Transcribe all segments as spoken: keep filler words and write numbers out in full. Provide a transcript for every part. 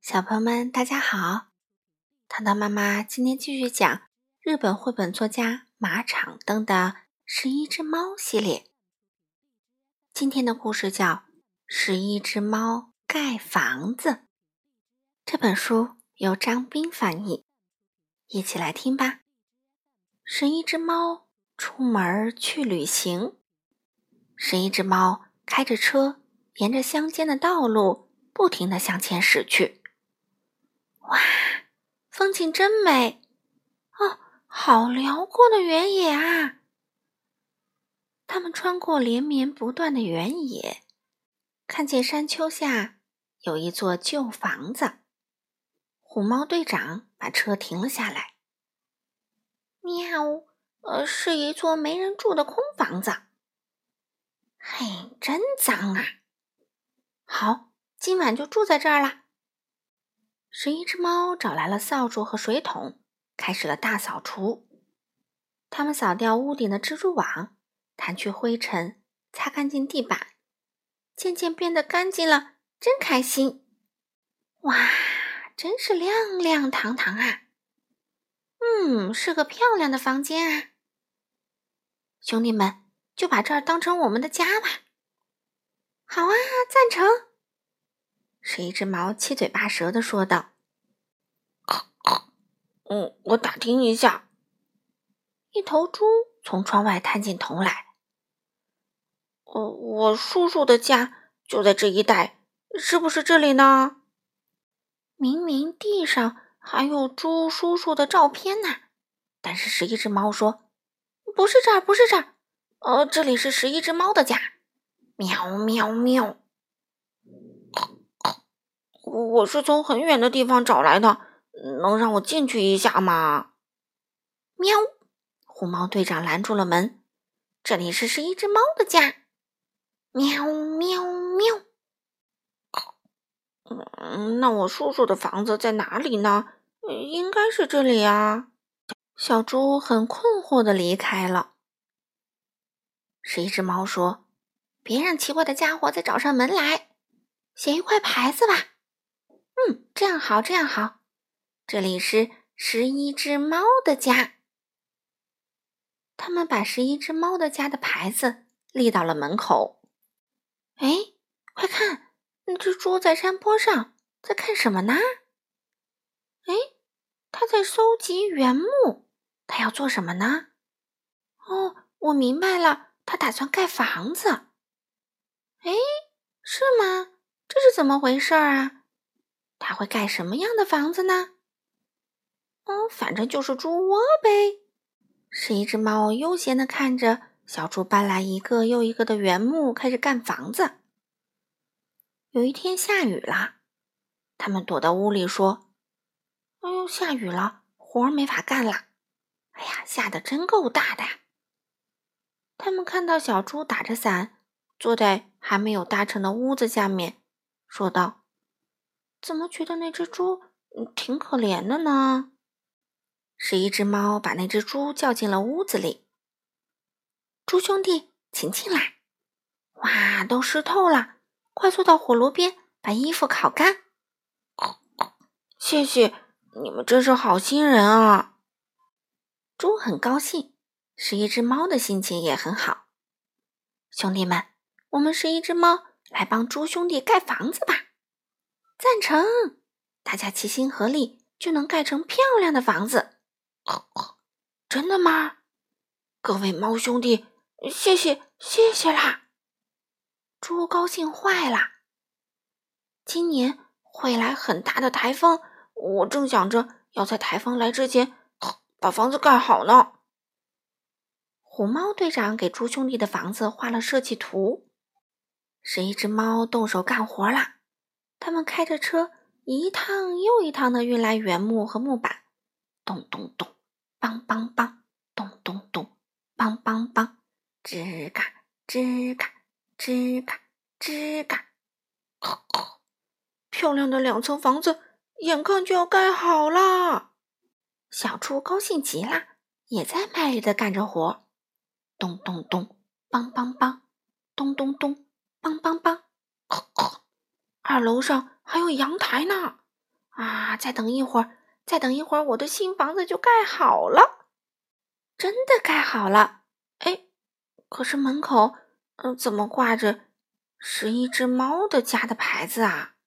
小朋友们，大家好！糖糖妈妈今天继续讲日本绘本作家马场灯的《十一只猫》系列。今天的故事叫《十一只猫盖房子》，这本书由张斌翻译，一起来听吧。十一只猫出门去旅行，十一只猫开着车，沿着乡间的道路不停地向前驶去。哇，风景真美哦，好辽阔的原野啊！他们穿过连绵不断的原野，看见山丘下有一座旧房子。虎猫队长把车停了下来。喵，呃，是一座没人住的空房子。嘿，真脏啊！好，今晚就住在这儿了。十一只猫找来了扫帚和水桶，开始了大扫除。它们扫掉屋顶的蜘蛛网，弹去灰尘，擦干净地板，渐渐变得干净了，真开心！哇，真是亮亮堂堂啊！嗯，是个漂亮的房间啊！兄弟们，就把这儿当成我们的家吧！好啊，赞成！十一只猫七嘴八舌地说道。嗯，我打听一下。一头猪从窗外探进头来。呃，我叔叔的家就在这一带，是不是这里呢？明明地上还有猪叔叔的照片呢，但是十一只猫说，不是这儿，不是这儿，呃，这里是十一只猫的家。喵喵喵！我是从很远的地方找来的，能让我进去一下吗？喵！虎猫队长拦住了门，这里是十一只猫的家。喵喵喵！嗯，那我叔叔的房子在哪里呢？应该是这里啊。小猪很困惑地离开了。十一只猫说，别让奇怪的家伙再找上门来，写一块牌子吧。嗯，这样好，这样好。这里是十一只猫的家。他们把十一只猫的家的牌子立到了门口。哎，快看，那只猪在山坡上，在看什么呢？哎，它在收集原木，它要做什么呢？哦，我明白了，它打算盖房子。哎，是吗？这是怎么回事啊？它会盖什么样的房子呢？哦，反正就是猪窝呗。十一只猫悠闲地看着小猪搬来一个又一个的原木，开始干房子。有一天下雨了，他们躲到屋里说，哎呦，下雨了，活儿没法干了。哎呀，下得真够大的呀！他们看到小猪打着伞，坐在还没有搭成的屋子下面，说道，怎么觉得那只猪嗯挺可怜的呢？十一只猫把那只猪叫进了屋子里。猪兄弟，请进来。哇，都湿透了，快坐到火炉边，把衣服烤干。谢谢，你们真是好心人啊！猪很高兴，十一只猫的心情也很好。兄弟们，我们十一只猫来帮猪兄弟盖房子吧！赞成！大家齐心合力，就能盖成漂亮的房子。真的吗？各位猫兄弟，谢谢谢谢啦！猪高兴坏了。今年会来很大的台风，我正想着要在台风来之前把房子盖好呢。虎猫队长给猪兄弟的房子画了设计图。十一只猫动手干活啦，他们开着车一趟又一趟地运来原木和木板，咚咚咚，梆梆梆，咚咚咚，梆梆梆，吱嘎吱嘎吱嘎吱嘎。漂亮的两层房子眼看就要盖好啦！小猪高兴极了，也在卖力地干着活。咚咚咚，梆梆梆，咚咚咚，梆梆梆。二楼上还有阳台呢， 啊，再等一会儿，再等一会儿，我的新房子就盖好了。真的盖好了。哎，可是门口，嗯、呃，怎么挂着是一只猫的家的牌子啊？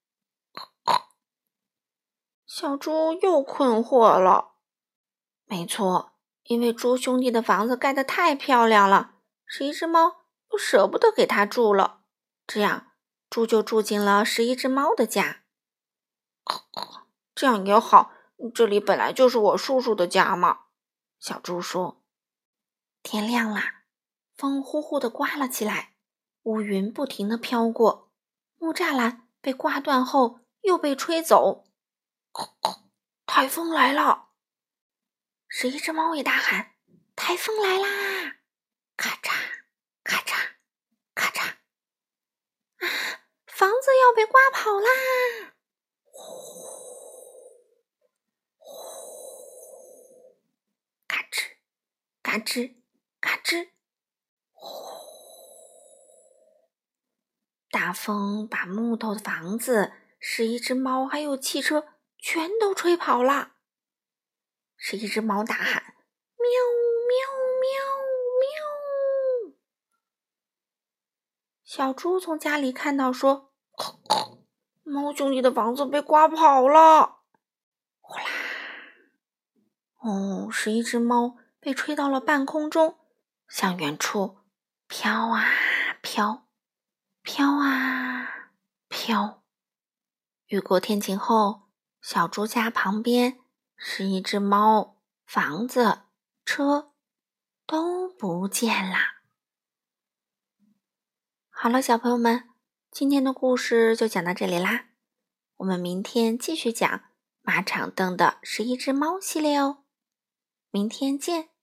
小猪又困惑了。没错，因为猪兄弟的房子盖得太漂亮了，十一只猫又舍不得给它住了，这样猪就住进了十一只猫的家。这样也好，这里本来就是我叔叔的家嘛。小猪说。天亮啦，风呼呼地刮了起来，乌云不停地飘过，木栅栏被刮断后又被吹走。台风来了！十一只猫也大喊：台风来啦！咔嚓咔嚓咔嚓！啊，房子要被刮跑啦！咔哧嘎吱嘎吱，大风把木头的房子、十一只猫还有汽车全都吹跑了。十一只猫大喊：喵喵喵喵！小猪从家里看到说：猫兄弟的房子被刮跑了。呼啦！哦，十一只猫被吹到了半空中，向远处飘啊飘，飘啊飘。雨过天晴后，小猪家旁边十一只猫、房子、车都不见啦。好了，小朋友们，今天的故事就讲到这里啦。我们明天继续讲马场灯的十一只猫系列哦。明天见。